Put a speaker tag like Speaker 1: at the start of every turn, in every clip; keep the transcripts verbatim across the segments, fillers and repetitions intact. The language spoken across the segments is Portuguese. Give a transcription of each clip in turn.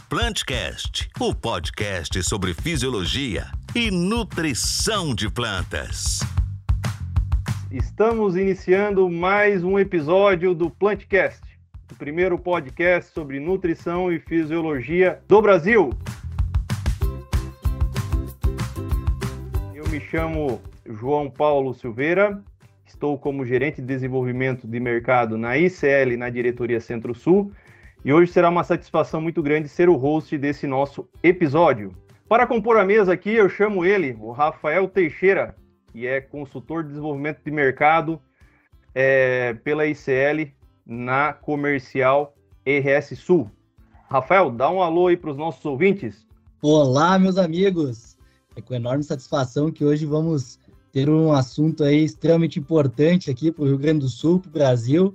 Speaker 1: Plantcast, o podcast sobre fisiologia e nutrição de plantas.
Speaker 2: Estamos iniciando mais um episódio do Plantcast, o primeiro podcast sobre nutrição e fisiologia do Brasil. Eu me chamo João Paulo Silveira, estou como gerente de desenvolvimento de mercado na I C L, na diretoria Centro-Sul, e hoje será uma satisfação muito grande ser o host desse nosso episódio. Para compor a mesa aqui, eu chamo ele, o Rafael Teixeira, que é consultor de desenvolvimento de mercado é, pela I C L na Comercial R S Sul. Rafael, dá um alô aí para os nossos ouvintes.
Speaker 3: Olá, meus amigos! É com enorme satisfação que hoje vamos ter um assunto aí extremamente importante aqui para o Rio Grande do Sul, para o Brasil.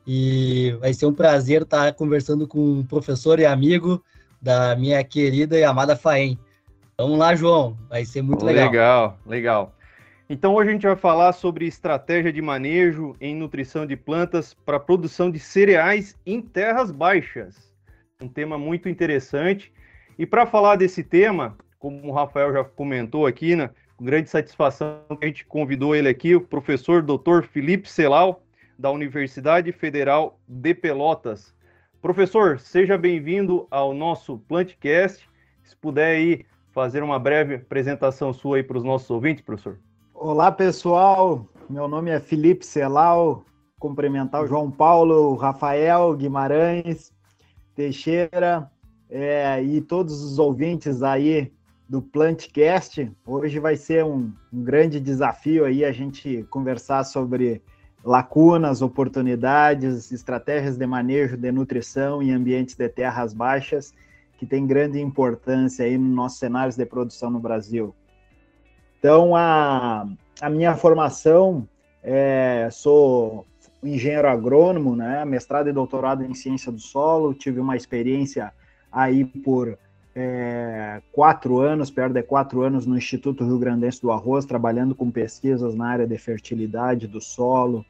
Speaker 3: E vai ser um prazer estar conversando com um professor e amigo da minha querida e amada FAEM. Vamos lá, João, vai ser muito legal.
Speaker 2: Legal, legal. Então hoje a gente vai falar sobre estratégia de manejo em nutrição de plantas para produção de cereais em terras baixas. Um tema muito interessante. E para falar desse tema, como o Rafael já comentou aqui, né, com grande satisfação que a gente convidou ele aqui, o professor doutor Felipe Celal, da Universidade Federal de Pelotas. Professor, seja bem-vindo ao nosso Plantcast. Se puder aí fazer uma breve apresentação sua aí para os nossos ouvintes, professor.
Speaker 4: Olá, pessoal. Meu nome é Felipe Celal. Cumprimentar o João Paulo, o Rafael Guimarães, Teixeira é, e todos os ouvintes aí do Plantcast. Hoje vai ser um, um grande desafio aí a gente conversar sobre lacunas, oportunidades, estratégias de manejo de nutrição em ambientes de terras baixas, que tem grande importância aí nos nossos cenários de produção no Brasil. Então, a, a minha formação, é, sou engenheiro agrônomo, né, mestrado e doutorado em ciência do solo, tive uma experiência aí por é, quatro anos, perto de quatro anos no Instituto Rio Grandense do Arroz, trabalhando com pesquisas na área de fertilidade do solo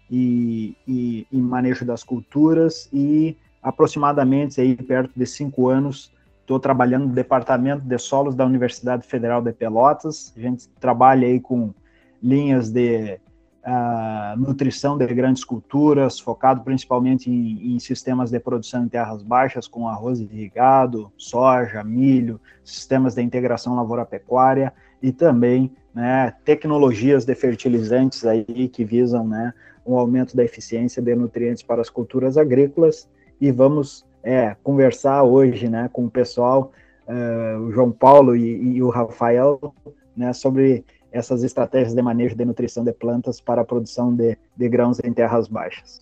Speaker 4: e, e, e manejo das culturas, e aproximadamente aí perto de cinco anos estou trabalhando no Departamento de Solos da Universidade Federal de Pelotas. A gente trabalha aí com linhas de uh, nutrição de grandes culturas, focado principalmente em, em sistemas de produção em terras baixas, com arroz irrigado, soja, milho, sistemas de integração lavoura-pecuária e também, né, tecnologias de fertilizantes aí que visam, né, um aumento da eficiência de nutrientes para as culturas agrícolas. E vamos é, conversar hoje, né, com o pessoal, uh, o João Paulo e, e o Rafael, né, sobre essas estratégias de manejo de nutrição de plantas para a produção de, de grãos em terras baixas.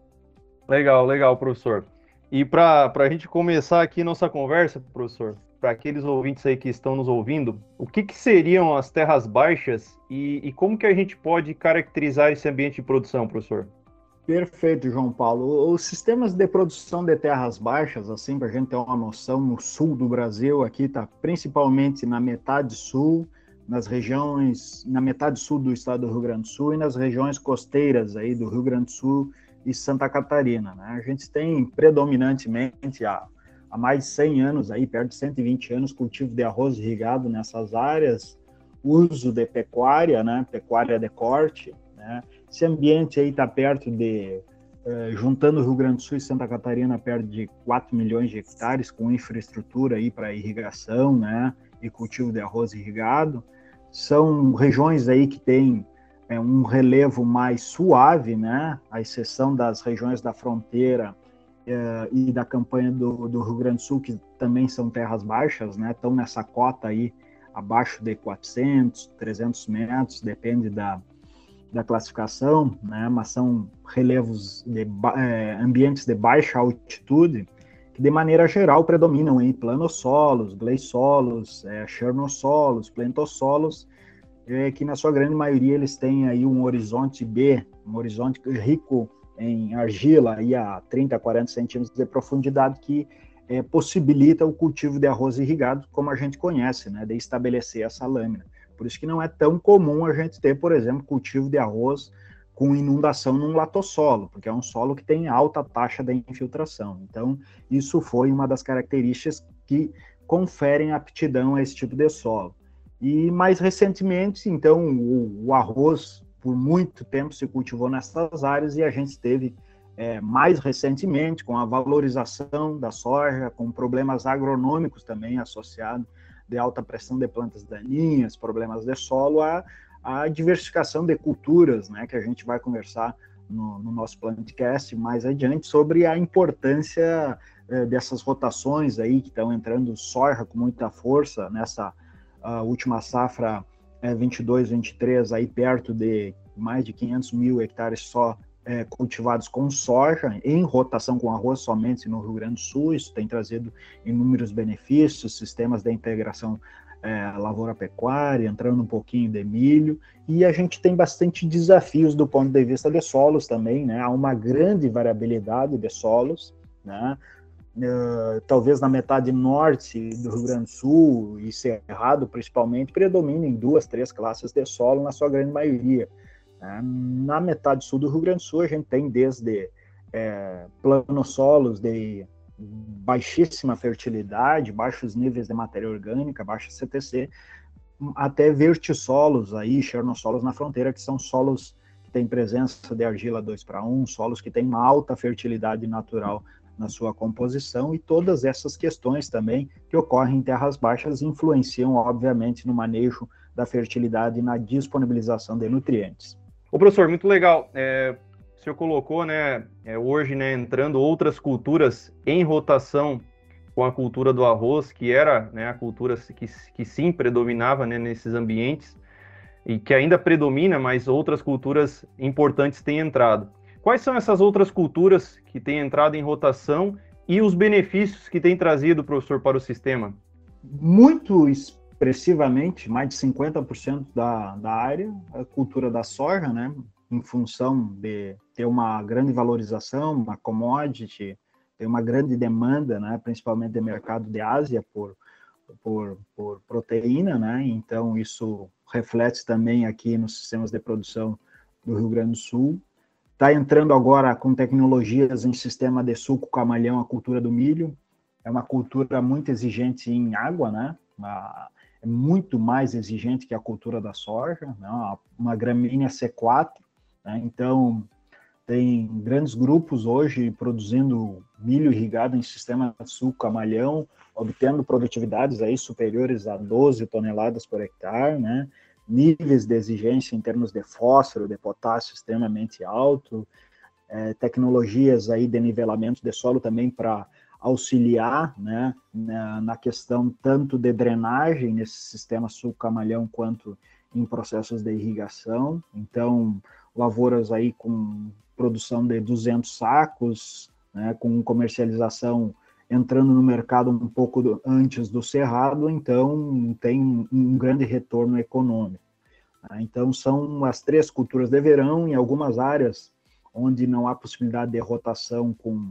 Speaker 2: Legal, legal, professor. E para a gente começar aqui nossa conversa, professor, para aqueles ouvintes aí que estão nos ouvindo, o que, que seriam as terras baixas e, e como que a gente pode caracterizar esse ambiente de produção, professor?
Speaker 4: Perfeito, João Paulo. Os sistemas de produção de terras baixas, assim, para a gente ter uma noção, no sul do Brasil, aqui está principalmente na metade sul, nas regiões, na metade sul do estado do Rio Grande do Sul e nas regiões costeiras aí do Rio Grande do Sul e Santa Catarina, né? A gente tem predominantemente há, há mais de cem anos, aí, perto de cento e vinte anos, cultivo de arroz irrigado nessas áreas, uso de pecuária, né? Pecuária de corte, né? Esse ambiente aí está perto de, eh, juntando o Rio Grande do Sul e Santa Catarina, perto de quatro milhões de hectares, com infraestrutura aí para irrigação, né, e cultivo de arroz irrigado. São regiões aí que têm é, um relevo mais suave, né, à exceção das regiões da fronteira eh, e da campanha do, do Rio Grande do Sul, que também são terras baixas, né, estão nessa cota aí abaixo de quatrocentos, trezentos metros, depende da da classificação, né, mas são relevos de é, ambientes de baixa altitude que, de maneira geral, predominam em planossolos, gleissolos, é, chernossolos, plentossolos, é, que, na sua grande maioria, eles têm aí um horizonte B, um horizonte rico em argila, aí a trinta, quarenta centímetros de profundidade, que é, possibilita o cultivo de arroz irrigado, como a gente conhece, né, de estabelecer essa lâmina. Por isso que não é tão comum a gente ter, por exemplo, cultivo de arroz com inundação num latossolo, porque é um solo que tem alta taxa de infiltração. Então, isso foi uma das características que conferem aptidão a esse tipo de solo. E mais recentemente, então, o, o arroz, por muito tempo, se cultivou nessas áreas e a gente teve, é, mais recentemente, com a valorização da soja, com problemas agronômicos também associados de alta pressão de plantas daninhas, problemas de solo, a, a diversificação de culturas, né, que a gente vai conversar no, no nosso podcast mais adiante, sobre a importância é, dessas rotações aí que estão entrando soja com muita força nessa a última safra é, vinte e dois, vinte e três, aí perto de mais de quinhentos mil hectares só é, cultivados com soja, em rotação com arroz somente no Rio Grande do Sul. Isso tem trazido inúmeros benefícios, sistemas de integração é, lavoura-pecuária, entrando um pouquinho de milho, e a gente tem bastante desafios do ponto de vista de solos também, né? Há uma grande variabilidade de solos, né? Uh, talvez na metade norte do Rio Grande do Sul e Cerrado, principalmente, predominem duas, três classes de solo na sua grande maioria. Uh, na metade sul do Rio Grande do Sul, a gente tem desde é, planosolos de baixíssima fertilidade, baixos níveis de matéria orgânica, baixa C T C, até vertissolos, aí, chernossolos na fronteira, que são solos que têm presença de argila dois para um, solos que têm uma alta fertilidade natural na sua composição, e todas essas questões também que ocorrem em terras baixas influenciam, obviamente, no manejo da fertilidade e na disponibilização de nutrientes.
Speaker 2: Ô, professor, muito legal. É, o senhor colocou, né, é, hoje, né, entrando outras culturas em rotação com a cultura do arroz, que era, né, a cultura que, que sim predominava, né, nesses ambientes, e que ainda predomina, mas outras culturas importantes têm entrado. Quais são essas outras culturas que têm entrado em rotação e os benefícios que têm trazido, professor, para o sistema?
Speaker 4: Muito expressivamente, mais de cinquenta por cento da, da área, a cultura da soja, né, em função de ter uma grande valorização, uma commodity, ter uma grande demanda, né, principalmente do mercado de Ásia por, por, por proteína, né, então isso reflete também aqui nos sistemas de produção do Rio Grande do Sul. Está entrando agora com tecnologias em sistema de suco camalhão, a cultura do milho. É uma cultura muito exigente em água, né? Uma, é muito mais exigente que a cultura da soja, né? Uma, uma gramínea C quatro, né? Então, tem grandes grupos hoje produzindo milho irrigado em sistema de suco camalhão, obtendo produtividades aí superiores a doze toneladas por hectare, né? Níveis de exigência em termos de fósforo, de potássio extremamente alto, é, tecnologias aí de nivelamento de solo também para auxiliar, né, na, na questão tanto de drenagem nesse sistema suco-camalhão quanto em processos de irrigação. Então, lavouras aí com produção de duzentos sacos, né, com comercialização entrando no mercado um pouco do, antes do cerrado, então tem um, um grande retorno econômico. Tá? Então, são as três culturas de verão, em algumas áreas onde não há possibilidade de rotação com,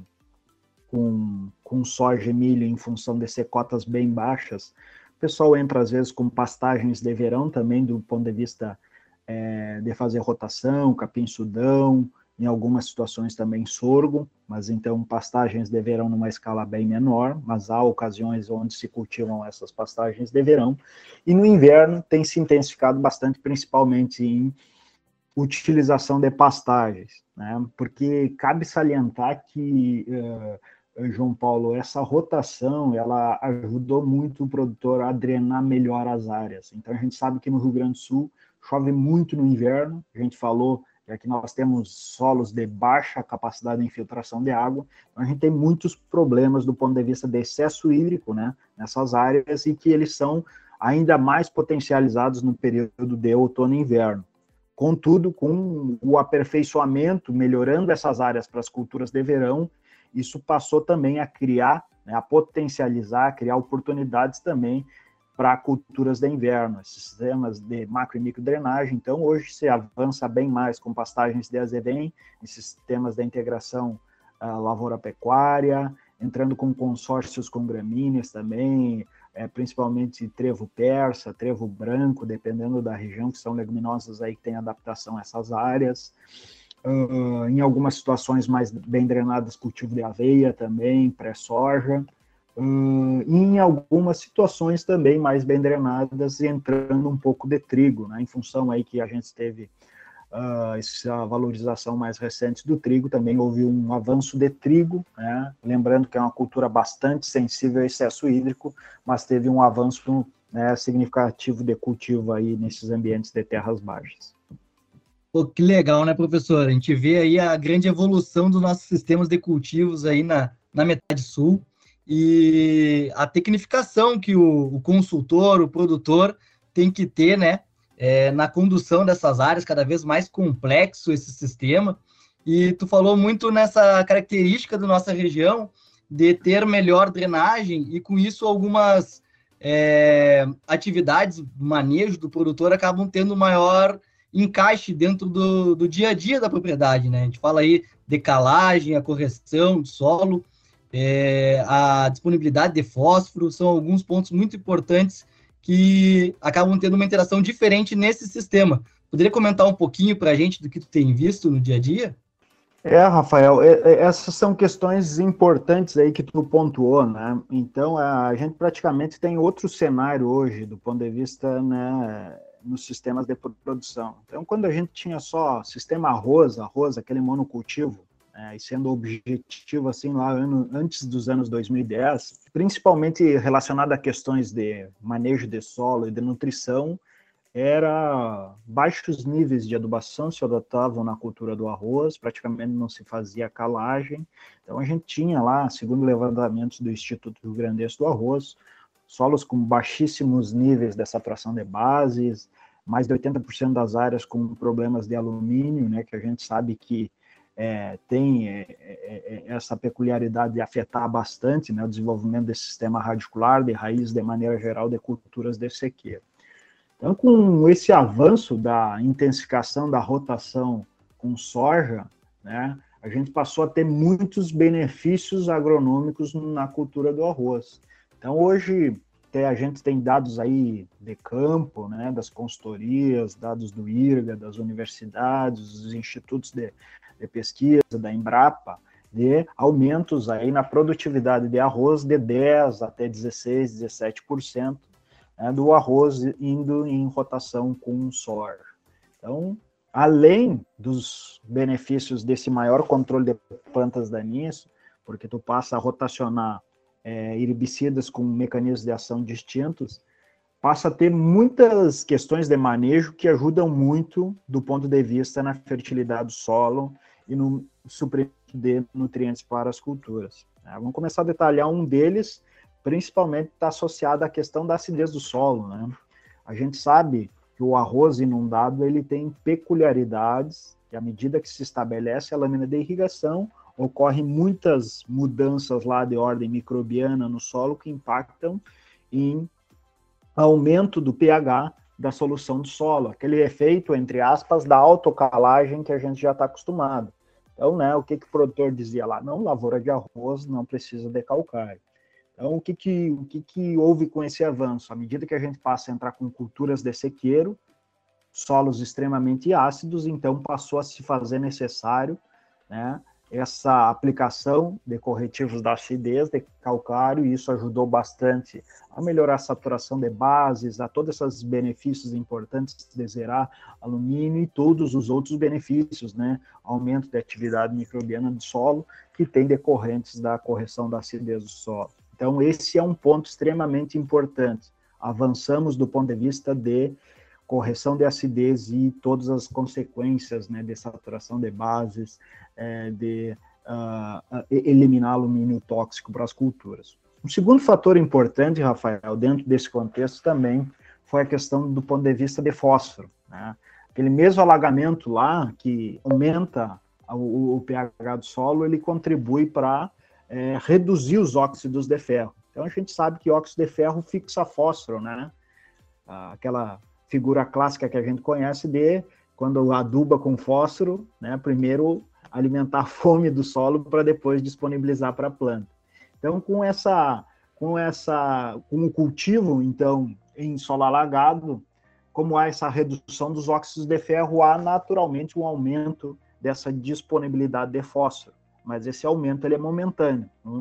Speaker 4: com, com soja e milho em função de ser cotas bem baixas. O pessoal entra, às vezes, com pastagens de verão também, do ponto de vista é, de fazer rotação, capim-sudão, em algumas situações também sorgo, mas então pastagens de verão numa escala bem menor, mas há ocasiões onde se cultivam essas pastagens de verão, e no inverno tem se intensificado bastante, principalmente em utilização de pastagens, né? Porque cabe salientar que, uh, João Paulo, essa rotação, ela ajudou muito o produtor a drenar melhor as áreas. Então a gente sabe que no Rio Grande do Sul chove muito no inverno, a gente falou é que nós temos solos de baixa capacidade de infiltração de água, então a gente tem muitos problemas do ponto de vista de excesso hídrico, né, nessas áreas, e que eles são ainda mais potencializados no período de outono e inverno. Contudo, com o aperfeiçoamento, melhorando essas áreas para as culturas de verão, isso passou também a criar, né, a potencializar, a criar oportunidades também para culturas de inverno, sistemas de macro e micro drenagem. Então, hoje se avança bem mais com pastagens de azevém, em sistemas de integração uh, lavoura-pecuária, entrando com consórcios com gramíneas também, é, principalmente trevo persa, trevo branco, dependendo da região, que são leguminosas aí que têm adaptação a essas áreas. Uh, em algumas situações mais bem drenadas, cultivo de aveia também, pré-soja. uh, e em algumas situações também mais bem drenadas, entrando um pouco de trigo, né, em função aí que a gente teve uh, essa valorização mais recente do trigo, também houve um avanço de trigo, né, lembrando que é uma cultura bastante sensível ao excesso hídrico, mas teve um avanço, né, significativo de cultivo aí nesses ambientes de terras baixas.
Speaker 3: Pô, que legal, né, professor? A gente vê aí a grande evolução dos nossos sistemas de cultivos aí na, na metade sul e a tecnificação que o, o consultor, o produtor tem que ter, né, é, na condução dessas áreas, cada vez mais complexo esse sistema. E tu falou muito nessa característica da nossa região de ter melhor drenagem e, com isso, algumas é, atividades, manejo do produtor acabam tendo maior encaixe dentro do, do dia a dia da propriedade, né? A gente fala aí de calagem, a correção do solo, é, a disponibilidade de fósforo, são alguns pontos muito importantes que acabam tendo uma interação diferente nesse sistema. Poderia comentar um pouquinho para a gente do que tu tem visto no dia a dia?
Speaker 4: É, Rafael, essas são questões importantes aí que tu pontuou, né? Então, a gente praticamente tem outro cenário hoje, do ponto de vista, né, nos sistemas de produção. Então, quando a gente tinha só sistema arroz, arroz, aquele monocultivo, né, e sendo objetivo assim lá ano, antes dos anos dois mil e dez, principalmente relacionado a questões de manejo de solo e de nutrição, era baixos níveis de adubação se adotavam na cultura do arroz, praticamente não se fazia calagem. Então, a gente tinha lá, segundo levantamentos do Instituto Rio Grandense do Arroz, solos com baixíssimos níveis de saturação de bases, mais de oitenta por cento das áreas com problemas de alumínio, né, que a gente sabe que é, tem é, é, essa peculiaridade de afetar bastante, né, o desenvolvimento desse sistema radicular, de raiz, de maneira geral, de culturas de sequeira. Então, com esse avanço da intensificação da rotação com soja, né, a gente passou a ter muitos benefícios agronômicos na cultura do arroz. Então, hoje, a gente tem dados aí de campo, né, das consultorias, dados do I R G A, das universidades, dos institutos de, de pesquisa, da Embrapa, de aumentos aí na produtividade de arroz de dez até dezesseis, dezessete por cento, né, do arroz indo em rotação com soja. Então, além dos benefícios desse maior controle de plantas daninhas, porque tu passa a rotacionar É, herbicidas com mecanismos de ação distintos, passa a ter muitas questões de manejo que ajudam muito do ponto de vista na fertilidade do solo e no suprimento de nutrientes para as culturas. É, vamos começar a detalhar um deles, principalmente está associado à questão da acidez do solo, né? A gente sabe que o arroz inundado ele tem peculiaridades e à medida que se estabelece a lâmina de irrigação, ocorrem muitas mudanças lá de ordem microbiana no solo que impactam em aumento do pH da solução do solo, aquele efeito, entre aspas, da autocalagem que a gente já está acostumado. Então, né, o que, que o produtor dizia lá? Não, lavoura de arroz não precisa de calcário. Então, o que, que, o que, que houve com esse avanço? À medida que a gente passa a entrar com culturas de sequeiro, solos extremamente ácidos, então passou a se fazer necessário, né, essa aplicação de corretivos da acidez, de calcário, e isso ajudou bastante a melhorar a saturação de bases, a todos esses benefícios importantes de zerar alumínio e todos os outros benefícios, né? Aumento da atividade microbiana do solo, que tem decorrentes da correção da acidez do solo. Então, esse é um ponto extremamente importante. Avançamos do ponto de vista de correção de acidez e todas as consequências, né, de saturação de bases, é, de uh, eliminar alumínio tóxico para as culturas. Um segundo fator importante, Rafael, dentro desse contexto também, foi a questão do ponto de vista de fósforo, né? Aquele mesmo alagamento lá, que aumenta o, o pH do solo, ele contribui para é, reduzir os óxidos de ferro. Então, a gente sabe que óxido de ferro fixa fósforo, né? Aquela figura clássica que a gente conhece de quando aduba com fósforo, né, primeiro alimentar a fome do solo para depois disponibilizar para a planta. Então, com essa, com essa, com o cultivo, então, em solo alagado, como há essa redução dos óxidos de ferro, há naturalmente um aumento dessa disponibilidade de fósforo, mas esse aumento ele é momentâneo.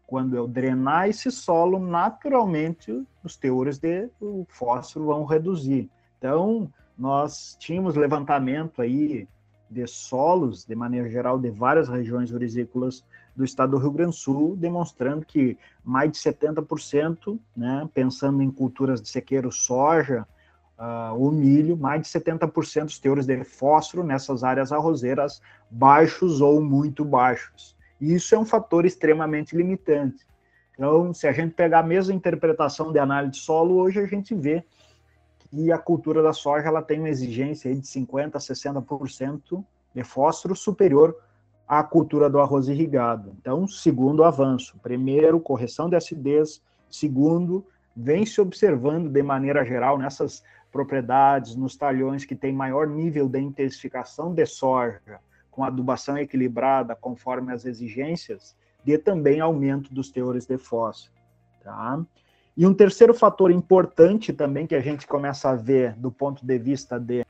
Speaker 4: quando eu drenar esse solo, naturalmente os teores de fósforo vão reduzir. Então, nós tínhamos levantamento aí de solos, de maneira geral, de várias regiões orizícolas do estado do Rio Grande do Sul, demonstrando que mais de setenta por cento, né, pensando em culturas de sequeiro, soja, uh, o milho, mais de setenta por cento dos teores de fósforo nessas áreas arrozeiras baixos ou muito baixos. E isso é um fator extremamente limitante. Então, se a gente pegar a mesma interpretação de análise de solo, hoje a gente vê que a cultura da soja ela tem uma exigência aí de cinquenta por cento a sessenta por cento de fósforo superior à cultura do arroz irrigado. Então, segundo avanço. Primeiro, correção de acidez. Segundo, vem se observando de maneira geral nessas propriedades, nos talhões que tem maior nível de intensificação de soja, com adubação equilibrada conforme as exigências, de também aumento dos teores de fósforo. Tá? E um terceiro fator importante também que a gente começa a ver do ponto de vista de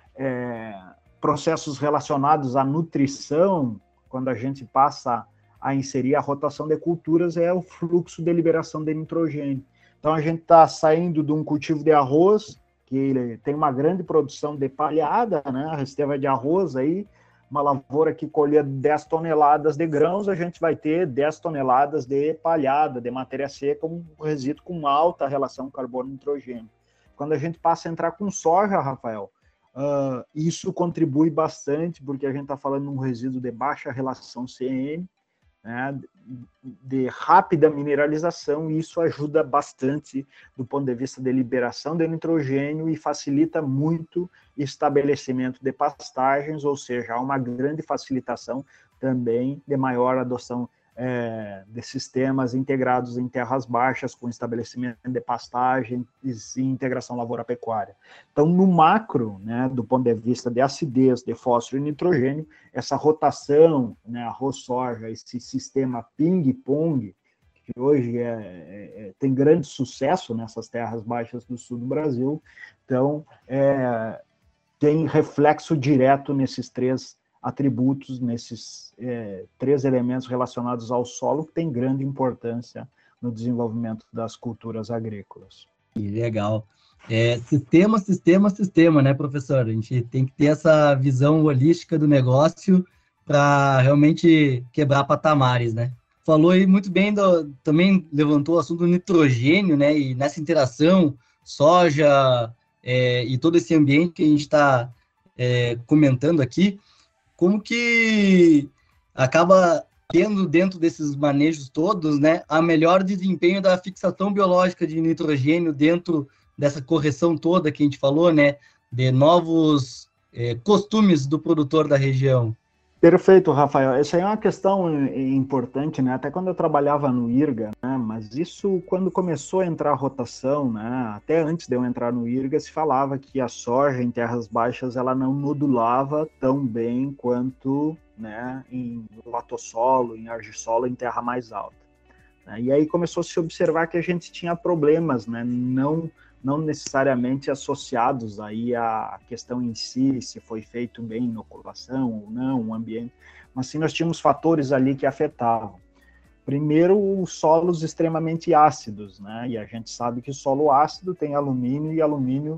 Speaker 4: é, processos relacionados à nutrição, quando a gente passa a inserir a rotação de culturas, é o fluxo de liberação de nitrogênio. Então a gente está saindo de um cultivo de arroz, que ele tem uma grande produção de palhada, né? A resteva de arroz aí, uma lavoura que colhia dez toneladas de grãos, a gente vai ter dez toneladas de palhada, de matéria seca, um resíduo com alta relação carbono-nitrogênio. Quando a gente passa a entrar com soja, Rafael, uh, isso contribui bastante, porque a gente está falando de um resíduo de baixa relação C N, né, de rápida mineralização, e isso ajuda bastante do ponto de vista de liberação de nitrogênio e facilita muito o estabelecimento de pastagens, ou seja, há uma grande facilitação também de maior adoção é, de sistemas integrados em terras baixas, com estabelecimento de pastagens e integração lavoura-pecuária. Então, no macro, né, do ponto de vista de acidez, de fósforo e nitrogênio, essa rotação, né, arroz-soja, esse sistema ping-pong, que hoje é, é, tem grande sucesso nessas terras baixas do sul do Brasil, então, é, tem reflexo direto nesses três atributos, nesses é, três elementos relacionados ao solo, que tem grande importância no desenvolvimento das culturas agrícolas.
Speaker 3: Que legal. É, sistema, sistema, sistema, né, professor? A gente tem que ter essa visão holística do negócio para realmente quebrar patamares, né? Falou aí muito bem, do, também levantou o assunto do nitrogênio, né? E nessa interação, soja é, e todo esse ambiente que a gente está é, comentando aqui, como que acaba tendo dentro desses manejos todos, né, a melhor desempenho da fixação biológica de nitrogênio dentro dessa correção toda que a gente falou, né, de novos é, costumes do produtor da região.
Speaker 4: Perfeito, Rafael. Essa aí é uma questão importante, né? Até quando eu trabalhava no IRGA, né? Mas isso, quando começou a entrar a rotação, né? Até antes de eu entrar no IRGA, se falava que a soja em terras baixas ela não nodulava tão bem quanto, né, em latossolo, em argissolo, em terra mais alta. E aí começou a se observar que a gente tinha problemas, né? Não não necessariamente associados aí à questão em si, se foi feito bem inoculação ou não, o ambiente, mas sim nós tínhamos fatores ali que afetavam. Primeiro, os solos extremamente ácidos, né, e a gente sabe que o solo ácido tem alumínio, e alumínio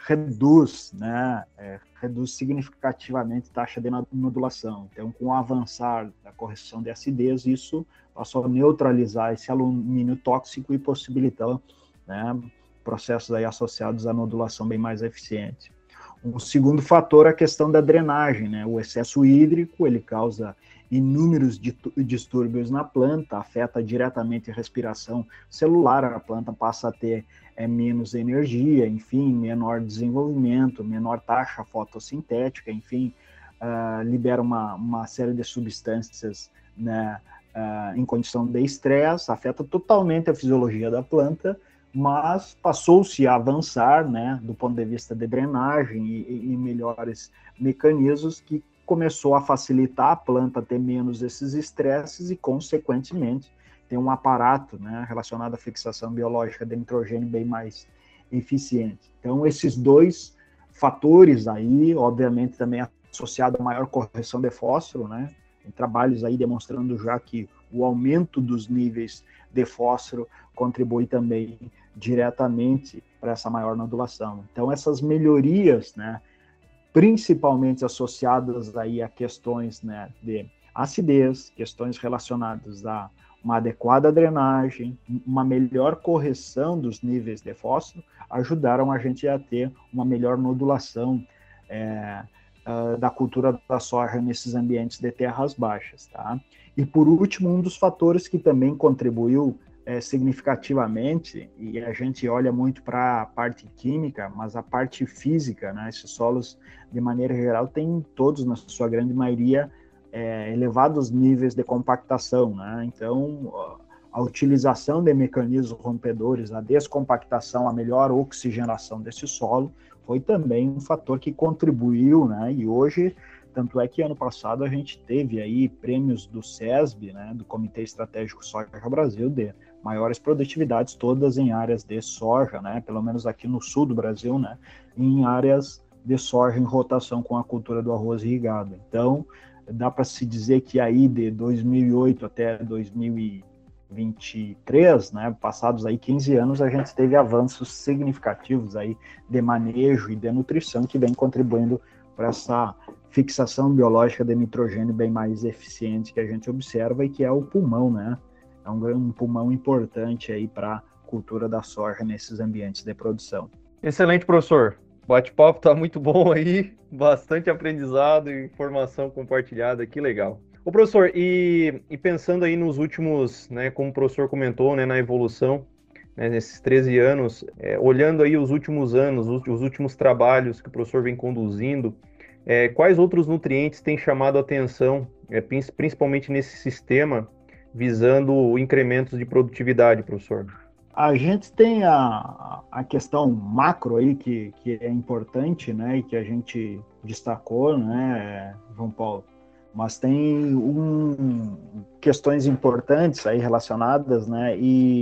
Speaker 4: reduz, né, é, reduz significativamente a taxa de nodulação. Então, com o avançar da correção de acidez, isso passou a neutralizar esse alumínio tóxico e possibilitou, né, processos aí associados à nodulação bem mais eficiente. Um segundo fator é a questão da drenagem, né? O excesso hídrico, ele causa inúmeros distúrbios na planta, afeta diretamente a respiração celular, a planta passa a ter é, menos energia, enfim, menor desenvolvimento, menor taxa fotossintética, enfim, uh, libera uma, uma série de substâncias, né, uh, em condição de estresse, afeta totalmente a fisiologia da planta, mas passou-se a avançar, né, do ponto de vista de drenagem e, e melhores mecanismos que começou a facilitar a planta ter menos esses estresses e, consequentemente, ter um aparato, né, relacionado à fixação biológica de nitrogênio bem mais eficiente. Então, esses dois fatores aí, obviamente, também associado a maior correção de fósforo, né, tem trabalhos aí demonstrando já que o aumento dos níveis de fósforo contribui também diretamente para essa maior nodulação. Então, essas melhorias, né, principalmente associadas aí a questões, né, de acidez, questões relacionadas a uma adequada drenagem, uma melhor correção dos níveis de fósforo, ajudaram a gente a ter uma melhor nodulação é, uh, da cultura da soja nesses ambientes de terras baixas, tá? E por último, um dos fatores que também contribuiu é, significativamente, e a gente olha muito para a parte química, mas a parte física, né? Esses solos, de maneira geral, têm todos, na sua grande maioria, é, elevados níveis de compactação, né? Então, a utilização de mecanismos rompedores, a descompactação, a melhor oxigenação desse solo, foi também um fator que contribuiu, né? E hoje, tanto é que ano passado a gente teve aí prêmios do SESB, né? Do Comitê Estratégico Soja Brasil, de maiores produtividades, todas em áreas de soja, né? Pelo menos aqui no sul do Brasil, né? Em áreas de soja em rotação com a cultura do arroz irrigado. Então, dá para se dizer que aí de dois mil e oito até dois mil e vinte e três, né, passados aí quinze anos, a gente teve avanços significativos aí de manejo e de nutrição que vem contribuindo para essa fixação biológica de nitrogênio bem mais eficiente que a gente observa e que é o pulmão, né? É um, um pulmão importante aí para a cultura da soja nesses ambientes de produção.
Speaker 2: Excelente, professor. O bate-papo tá muito bom aí, bastante aprendizado e informação compartilhada, que legal. Ô, professor, e, e pensando aí nos últimos, né, como o professor comentou, né, na evolução, né, nesses treze anos, é, olhando aí os últimos anos, os, os últimos trabalhos que o professor vem conduzindo, é, quais outros nutrientes têm chamado a atenção, é, principalmente nesse sistema, visando incrementos de produtividade, professor?
Speaker 4: A gente tem a, a questão macro aí que, que é importante, né, e que a gente destacou, né, João Paulo, mas tem um, questões importantes aí relacionadas, né,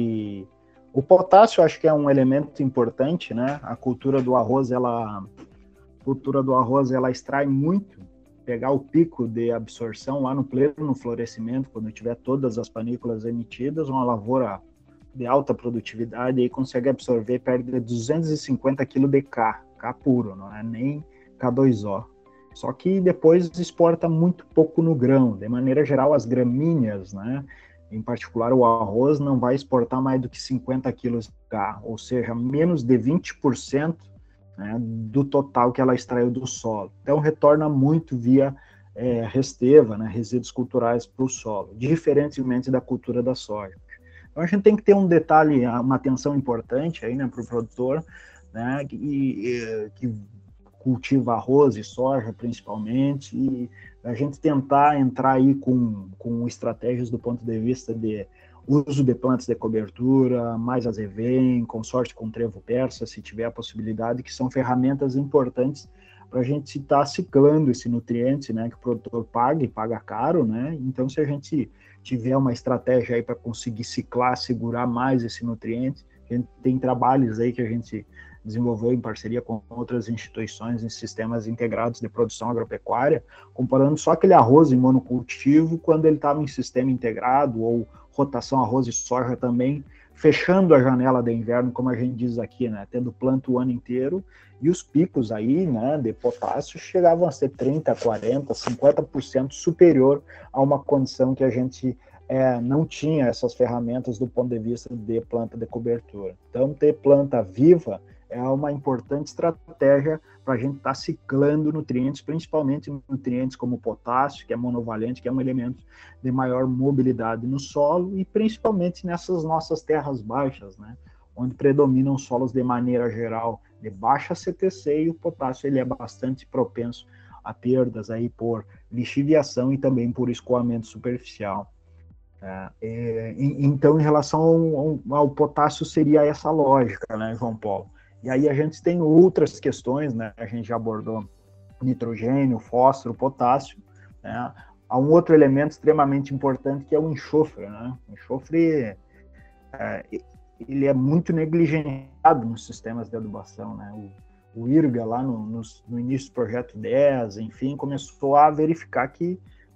Speaker 4: e o potássio acho que é um elemento importante, né, a cultura do arroz, ela, a cultura do arroz, ela extrai muito, pegar o pico de absorção lá no pleno florescimento, quando tiver todas as panículas emitidas, uma lavoura de alta produtividade, aí consegue absorver perto de duzentos e cinquenta quilos de K, K puro, não é nem K dois O. Só que depois exporta muito pouco no grão. De maneira geral, as gramíneas, né, em particular o arroz, não vai exportar mais do que cinquenta quilos de K, ou seja, menos de vinte por cento, né, do total que ela extraiu do solo. Então, retorna muito via é, resteva, né, resíduos culturais para o solo, diferentemente da cultura da soja. Então, a gente tem que ter um detalhe, uma atenção importante aí, né, para o produtor, né, que, e, que cultiva arroz e soja, principalmente, e a gente tentar entrar aí com, com estratégias do ponto de vista de uso de plantas de cobertura, mais azevém, consórcio com trevo persa, se tiver a possibilidade, que são ferramentas importantes para a gente estar tá ciclando esse nutriente, né, que o produtor paga e paga caro, né, então se a gente tiver uma estratégia aí para conseguir ciclar, segurar mais esse nutriente, a gente tem trabalhos aí que a gente desenvolveu em parceria com outras instituições em sistemas integrados de produção agropecuária, comparando só aquele arroz em monocultivo quando ele estava em sistema integrado, ou rotação arroz e soja também, fechando a janela de inverno, como a gente diz aqui, né, tendo planta o ano inteiro, e os picos aí, né, de potássio chegavam a ser trinta, quarenta, cinquenta por cento superior a uma condição que a gente é, não tinha essas ferramentas do ponto de vista de planta de cobertura. Então, ter planta viva é uma importante estratégia para a gente estar tá ciclando nutrientes, principalmente nutrientes como o potássio, que é monovalente, que é um elemento de maior mobilidade no solo, e principalmente nessas nossas terras baixas, né, onde predominam solos de maneira geral de baixa C T C, e o potássio ele é bastante propenso a perdas aí por lixiviação e também por escoamento superficial. É, é, então, em relação ao, ao potássio, seria essa lógica, né, João Paulo? E aí a gente tem outras questões, né? A gente já abordou nitrogênio, fósforo, potássio, né? Há um outro elemento extremamente importante que é o enxofre, né? O enxofre, é, ele é muito negligenciado nos sistemas de adubação, né? O, o I R G A, lá no, no, no início do projeto dez, enfim, começou a verificar que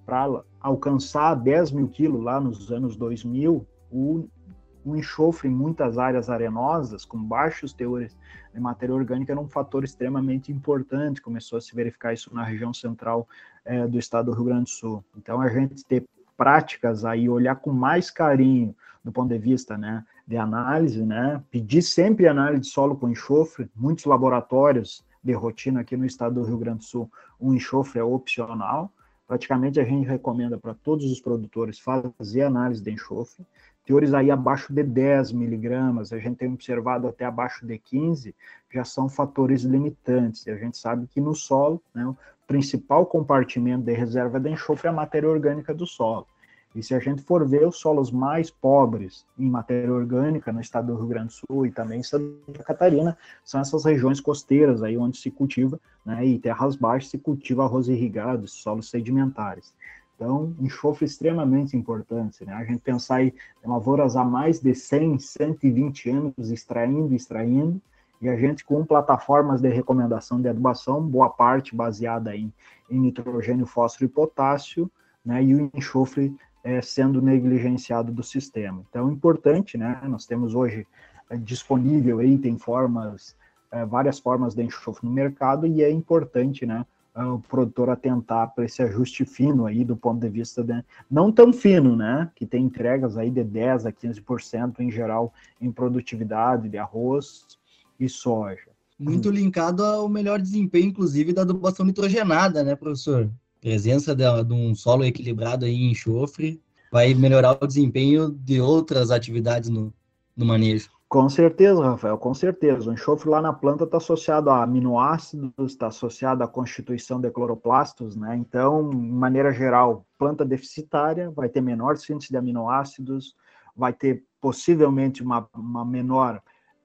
Speaker 4: para alcançar dez mil quilos lá nos anos dois mil, o, o enxofre em muitas áreas arenosas, com baixos teores de matéria orgânica, era um fator extremamente importante. Começou a se verificar isso na região central é, do estado do Rio Grande do Sul. Então, a gente ter práticas aí, olhar com mais carinho do ponto de vista, né, de análise, né, pedir sempre análise de solo com enxofre. Muitos laboratórios de rotina aqui no estado do Rio Grande do Sul, o enxofre é opcional. Praticamente a gente recomenda para todos os produtores fazer análise de enxofre. Teores aí abaixo de dez miligramas, a gente tem observado até abaixo de quinze, já são fatores limitantes. E a gente sabe que no solo, né, o principal compartimento de reserva de enxofre é a matéria orgânica do solo. E se a gente for ver os solos mais pobres em matéria orgânica no estado do Rio Grande do Sul e também em Santa Catarina, são essas regiões costeiras aí onde se cultiva, né, e terras baixas se cultiva arroz irrigado, solos sedimentares. Então, enxofre extremamente importante, né? A gente pensar aí em lavouras há mais de cem, cento e vinte anos extraindo, extraindo, e a gente com plataformas de recomendação de adubação, boa parte baseada em, em nitrogênio, fósforo e potássio, né, e o enxofre é, sendo negligenciado do sistema. Então, é importante, né? Nós temos hoje é, disponível aí, tem formas, é, várias formas de enxofre no mercado, e é importante, né, o produtor atentar para esse ajuste fino aí do ponto de vista, de, não tão fino, né, que tem entregas aí de dez a quinze por cento em geral em produtividade de arroz e soja.
Speaker 3: Muito linkado ao melhor desempenho, inclusive, da adubação nitrogenada, né, professor? Presença de, de um solo equilibrado aí em enxofre vai melhorar o desempenho de outras atividades no, no manejo.
Speaker 4: Com certeza, Rafael, com certeza. O enxofre lá na planta está associado a aminoácidos, está associado à constituição de cloroplastos, né? Então, de maneira geral, planta deficitária vai ter menor síntese de aminoácidos, vai ter possivelmente uma, uma menor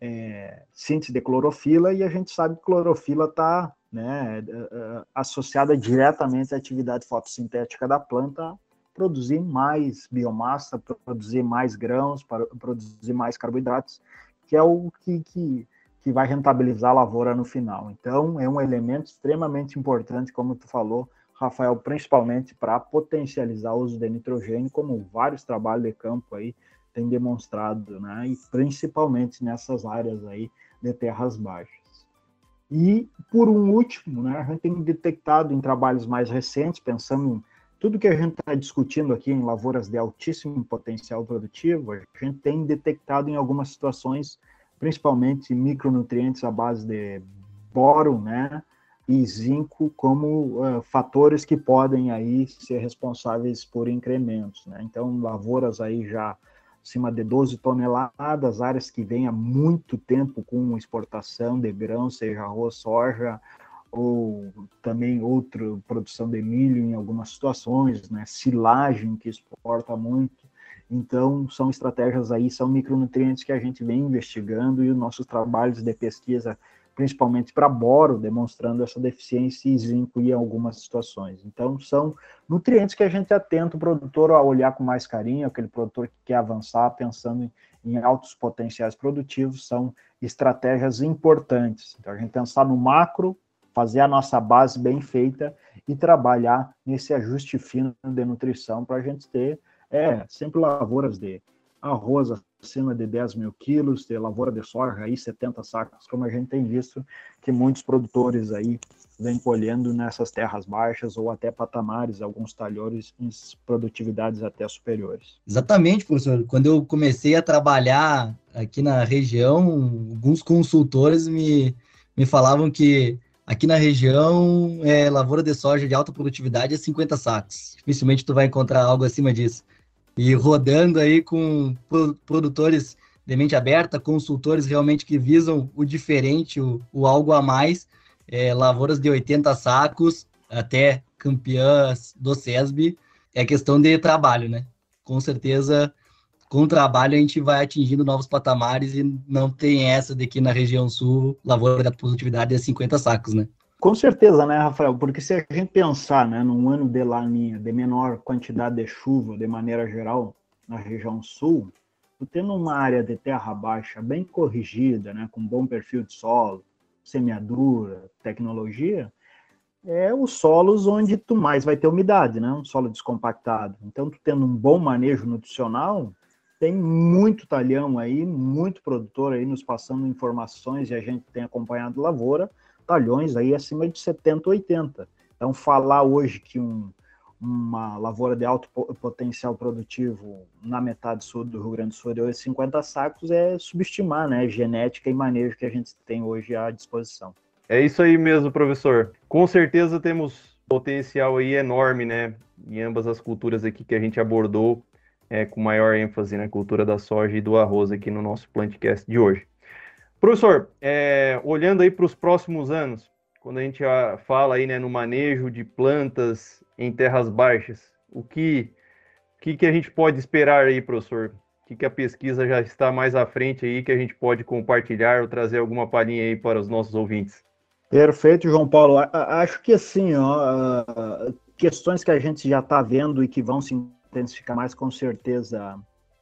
Speaker 4: é, síntese de clorofila, e a gente sabe que clorofila está, né, associada diretamente à atividade fotossintética da planta, produzir mais biomassa, produzir mais grãos, para produzir mais carboidratos, que é o que, que, que vai rentabilizar a lavoura no final. Então, é um elemento extremamente importante, como tu falou, Rafael, principalmente para potencializar o uso de nitrogênio, como vários trabalhos de campo aí têm demonstrado, né? E principalmente nessas áreas aí de terras baixas. E, por um último, né, a gente tem detectado em trabalhos mais recentes, pensando em tudo que a gente está discutindo aqui em lavouras de altíssimo potencial produtivo, a gente tem detectado em algumas situações, principalmente micronutrientes à base de boro, né, e zinco, como uh, fatores que podem aí ser responsáveis por incrementos, né? Então, lavouras aí já acima de doze toneladas, áreas que vêm há muito tempo com exportação de grãos, seja arroz, soja, ou também outra produção de milho em algumas situações, né, silagem que exporta muito. Então, são estratégias aí, são micronutrientes que a gente vem investigando, e os nossos trabalhos de pesquisa, principalmente para boro, demonstrando essa deficiência em zinco em algumas situações. Então, são nutrientes que a gente atenta o produtor a olhar com mais carinho, aquele produtor que quer avançar pensando em, em altos potenciais produtivos, são estratégias importantes. Então, a gente pensar no macro, fazer a nossa base bem feita e trabalhar nesse ajuste fino de nutrição para a gente ter é, sempre lavouras de arroz acima de dez mil quilos, ter lavoura de soja aí setenta sacos, como a gente tem visto que muitos produtores aí vêm colhendo nessas terras baixas ou até patamares, alguns talhões em produtividades até superiores.
Speaker 3: Exatamente, professor. Quando eu comecei a trabalhar aqui na região, alguns consultores me, me falavam que aqui na região, é, lavoura de soja de alta produtividade é cinquenta sacos. Dificilmente tu vai encontrar algo acima disso. E rodando aí com produtores de mente aberta, consultores realmente que visam o diferente, o, o algo a mais, é, lavouras de oitenta sacos, até campeãs do SESB, é questão de trabalho, né? Com certeza, com o trabalho a gente vai atingindo novos patamares e não tem essa de que na região sul, lavoura de produtividade é cinquenta sacos, né?
Speaker 4: Com certeza, né, Rafael? Porque se a gente pensar, né, num ano de laninha, de menor quantidade de chuva, de maneira geral, na região sul, tendo uma área de terra baixa bem corrigida, né, com bom perfil de solo, semeadura, tecnologia, é os solos onde tu mais vai ter umidade, né? Um solo descompactado. Então, tu tendo um bom manejo nutricional, tem muito talhão aí, muito produtor aí nos passando informações, e a gente tem acompanhado lavoura, talhões aí acima de setenta, oitenta. Então, falar hoje que um, uma lavoura de alto potencial produtivo na metade sul do Rio Grande do Sul de hoje, cinquenta sacos, é subestimar, né? Genética e manejo que a gente tem hoje à disposição.
Speaker 2: É isso aí mesmo, professor. Com certeza temos potencial aí enorme, né? Em ambas as culturas aqui que a gente abordou, é, com maior ênfase na cultura da soja e do arroz aqui no nosso Plantcast de hoje. Professor, é, olhando aí para os próximos anos, quando a gente fala aí, né, no manejo de plantas em terras baixas, o que, que, que a gente pode esperar aí, professor? O que, que a pesquisa já está mais à frente aí que a gente pode compartilhar ou trazer alguma palhinha aí para os nossos ouvintes?
Speaker 4: Perfeito, João Paulo. Acho que assim, ó, questões que a gente já está vendo e que vão se intensificar mais, com certeza,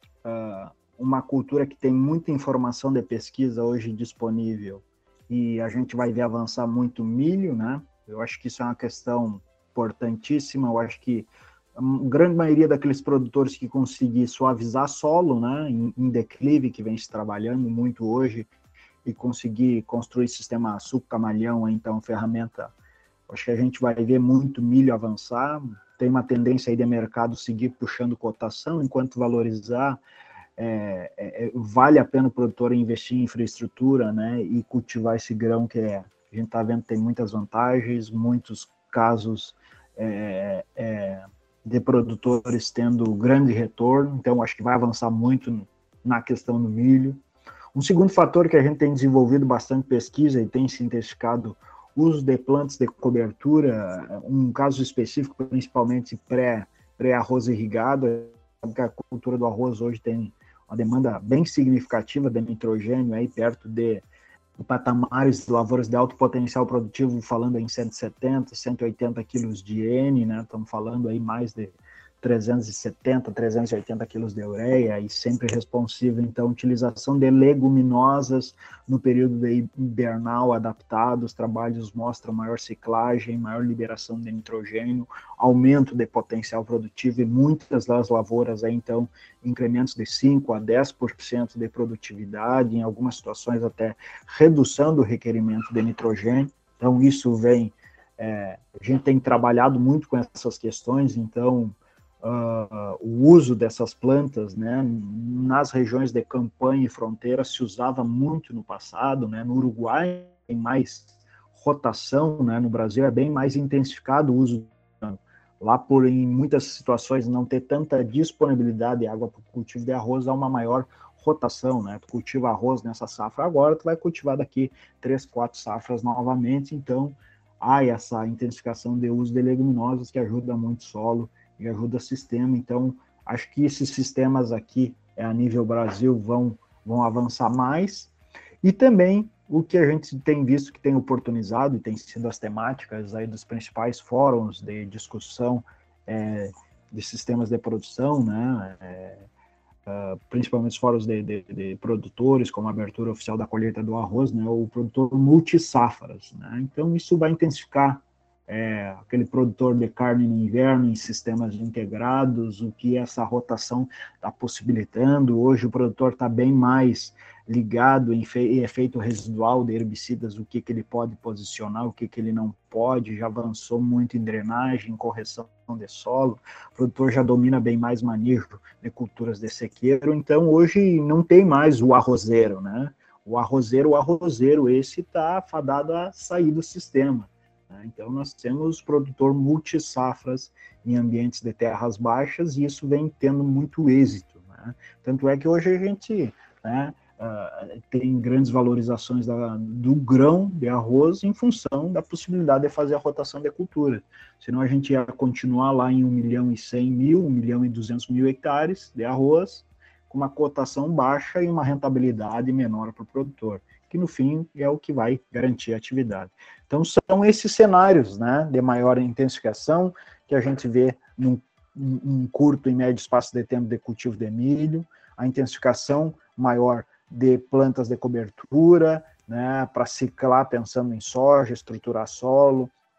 Speaker 4: uma cultura que tem muita informação de pesquisa hoje disponível, e a gente vai ver avançar muito milho, né? Eu acho que isso é uma questão importantíssima. Eu acho que a grande maioria daqueles produtores que conseguir suavizar solo, né, em, em declive, que vem se trabalhando muito hoje, e conseguir construir sistema suco-camalhão, então, ferramenta, acho que a gente vai ver muito milho avançar. Tem uma tendência aí de mercado seguir puxando cotação, enquanto valorizar, é, é, vale a pena o produtor investir em infraestrutura, né, e cultivar esse grão que é, a gente está vendo que tem muitas vantagens, muitos casos é, é, de produtores tendo grande retorno, então acho que vai avançar muito na questão do milho. Um segundo fator que a gente tem desenvolvido bastante pesquisa e tem se intensificado o uso de plantas de cobertura, um caso específico, principalmente pré, pré-arroz irrigado, que a cultura do arroz hoje tem uma demanda bem significativa de nitrogênio, aí perto de patamares de lavouras de alto potencial produtivo, falando em cento e setenta, cento e oitenta quilos de N, né? Estamos falando aí mais de trezentos e setenta, trezentos e oitenta quilos de ureia, e sempre responsivo, então, utilização de leguminosas no período de hibernal adaptado. Os trabalhos mostram maior ciclagem, maior liberação de nitrogênio, aumento de potencial produtivo, e muitas das lavouras aí, então, incrementos de cinco a dez por cento de produtividade, em algumas situações até redução do requerimento de nitrogênio. Então, isso vem, é, a gente tem trabalhado muito com essas questões, então, Uh, o uso dessas plantas, né, nas regiões de campanha e fronteira se usava muito no passado, né, no Uruguai tem mais rotação, né, no Brasil é bem mais intensificado o uso, lá por em muitas situações não ter tanta disponibilidade de água para o cultivo de arroz, há uma maior rotação, né, tu cultiva arroz nessa safra agora, tu vai cultivar daqui três, quatro safras novamente, então há essa intensificação de uso de leguminosas que ajuda muito o solo e ajuda o sistema. Então, acho que esses sistemas aqui, a nível Brasil, vão, vão avançar mais. E também o que a gente tem visto que tem oportunizado, e tem sido as temáticas aí dos principais fóruns de discussão é, de sistemas de produção, né? É, uh, principalmente os fóruns de, de, de produtores, como a abertura oficial da colheita do arroz, né? O produtor multisafras, né? Então, isso vai intensificar É, aquele produtor de carne no inverno em sistemas integrados, o que essa rotação está possibilitando. Hoje o produtor está bem mais ligado em efeito residual de herbicidas, o que, que ele pode posicionar, o que, que ele não pode, já avançou muito em drenagem, correção de solo, o produtor já domina bem mais manejo de culturas de sequeiro, então hoje não tem mais o arrozeiro, né? O arrozeiro, o arrozeiro, esse está fadado a sair do sistema. Então, nós temos produtor multisafras em ambientes de terras baixas, e isso vem tendo muito êxito, né? Tanto é que hoje a gente, né, uh, tem grandes valorizações da, do grão de arroz em função da possibilidade de fazer a rotação de cultura. Senão a gente ia continuar lá em um milhão e cem mil, um milhão e duzentos mil hectares de arroz, com uma cotação baixa e uma rentabilidade menor para o produtor, que no fim é o que vai garantir a atividade. Então são esses cenários, né, de maior intensificação que a gente vê num, num curto e médio espaço de tempo de cultivo de milho, a intensificação maior de plantas de cobertura, né, para ciclar pensando em soja, estruturar solo,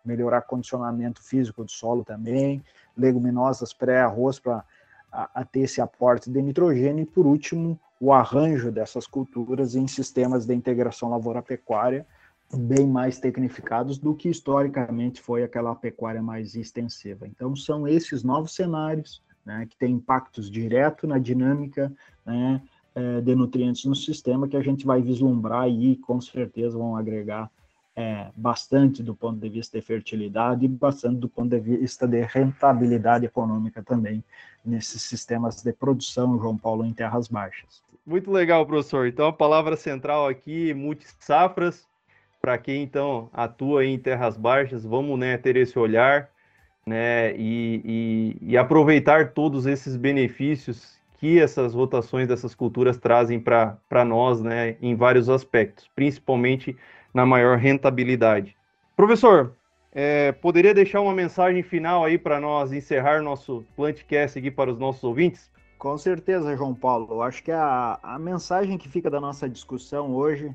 Speaker 4: melhorar o condicionamento físico do solo também, leguminosas pré-arroz para a, a ter esse aporte de nitrogênio, e por último, o arranjo dessas culturas em sistemas de integração lavoura-pecuária bem mais tecnificados do que historicamente foi aquela pecuária mais extensiva. Então, são esses novos cenários, né, que têm impactos diretos na dinâmica, né, de nutrientes no sistema, que a gente vai vislumbrar e com certeza vão agregar é, bastante do ponto de vista de fertilidade e bastante do ponto de vista de rentabilidade econômica também nesses sistemas de produção, João Paulo, em terras baixas.
Speaker 2: Muito legal, professor. Então, a palavra central aqui, multissafras, para quem, então, atua em terras baixas, vamos, né, ter esse olhar, né, e, e, e aproveitar todos esses benefícios que essas rotações dessas culturas trazem para nós, né, em vários aspectos, principalmente na maior rentabilidade. Professor, é, poderia deixar uma mensagem final aí para nós encerrar nosso Plantcast aqui para os nossos ouvintes?
Speaker 4: Com certeza, João Paulo. Eu acho que a, a mensagem que fica da nossa discussão hoje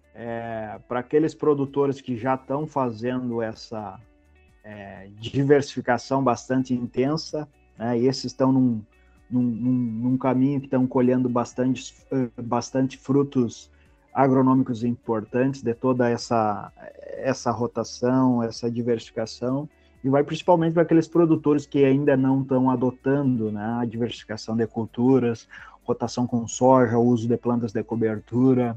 Speaker 4: é para aqueles produtores que já estão fazendo essa é, diversificação bastante intensa, né, e esses estão num Num, num, num caminho que estão colhendo bastante, bastante frutos agronômicos importantes de toda essa, essa rotação, essa diversificação, e vai principalmente para aqueles produtores que ainda não estão adotando, né, a diversificação de culturas, rotação com soja, uso de plantas de cobertura,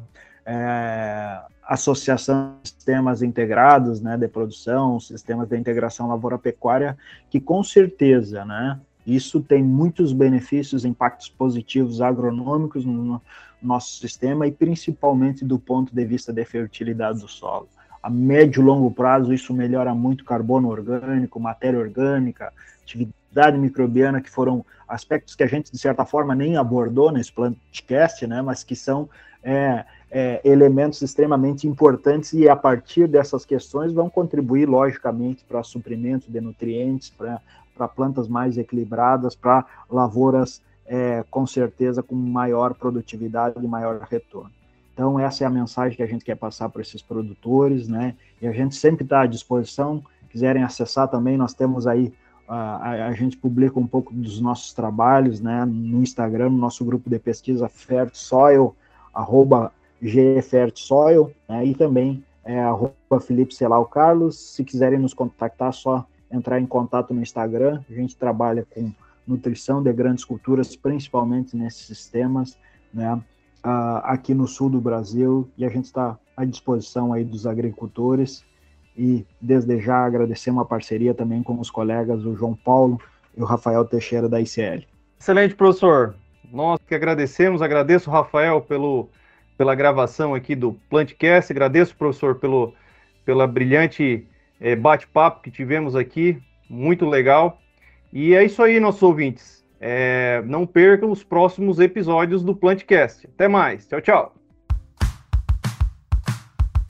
Speaker 4: é, associação de sistemas integrados, né, de produção, sistemas de integração lavoura-pecuária, que com certeza, né, isso tem muitos benefícios, impactos positivos agronômicos no nosso sistema e principalmente do ponto de vista da fertilidade do solo. A médio e longo prazo, isso melhora muito carbono orgânico, matéria orgânica, atividade microbiana, que foram aspectos que a gente, de certa forma, nem abordou nesse Plantcast, né, mas que são é, é, elementos extremamente importantes e, a partir dessas questões, vão contribuir, logicamente, para suprimento de nutrientes, para para plantas mais equilibradas, para lavouras, é, com certeza, com maior produtividade e maior retorno. Então, essa é a mensagem que a gente quer passar para esses produtores, né? E a gente sempre está à disposição. Quiserem acessar também, nós temos aí, a, a, a gente publica um pouco dos nossos trabalhos, né? No Instagram, no nosso grupo de pesquisa Fertsoil, arroba gfertsoil, né? E também é, arroba Felipe Celau Carlos. Se quiserem nos contactar, só entrar em contato no Instagram. A gente trabalha com nutrição de grandes culturas, principalmente nesses sistemas, né, aqui no sul do Brasil, e a gente está à disposição aí dos agricultores, e desde já agradecemos a parceria também com os colegas, o João Paulo e o Rafael Teixeira da I C L.
Speaker 2: Excelente, professor. Nós que agradecemos, agradeço o Rafael pelo, pela gravação aqui do Plantcast, agradeço, professor, pelo, pela brilhante É, bate-papo que tivemos aqui, muito legal. E é isso aí, nossos ouvintes. É, não percam os próximos episódios do Plantcast. Até mais. Tchau, tchau.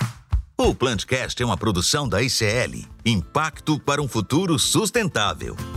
Speaker 1: O Plantcast é uma produção da I C L. Impacto para um futuro sustentável.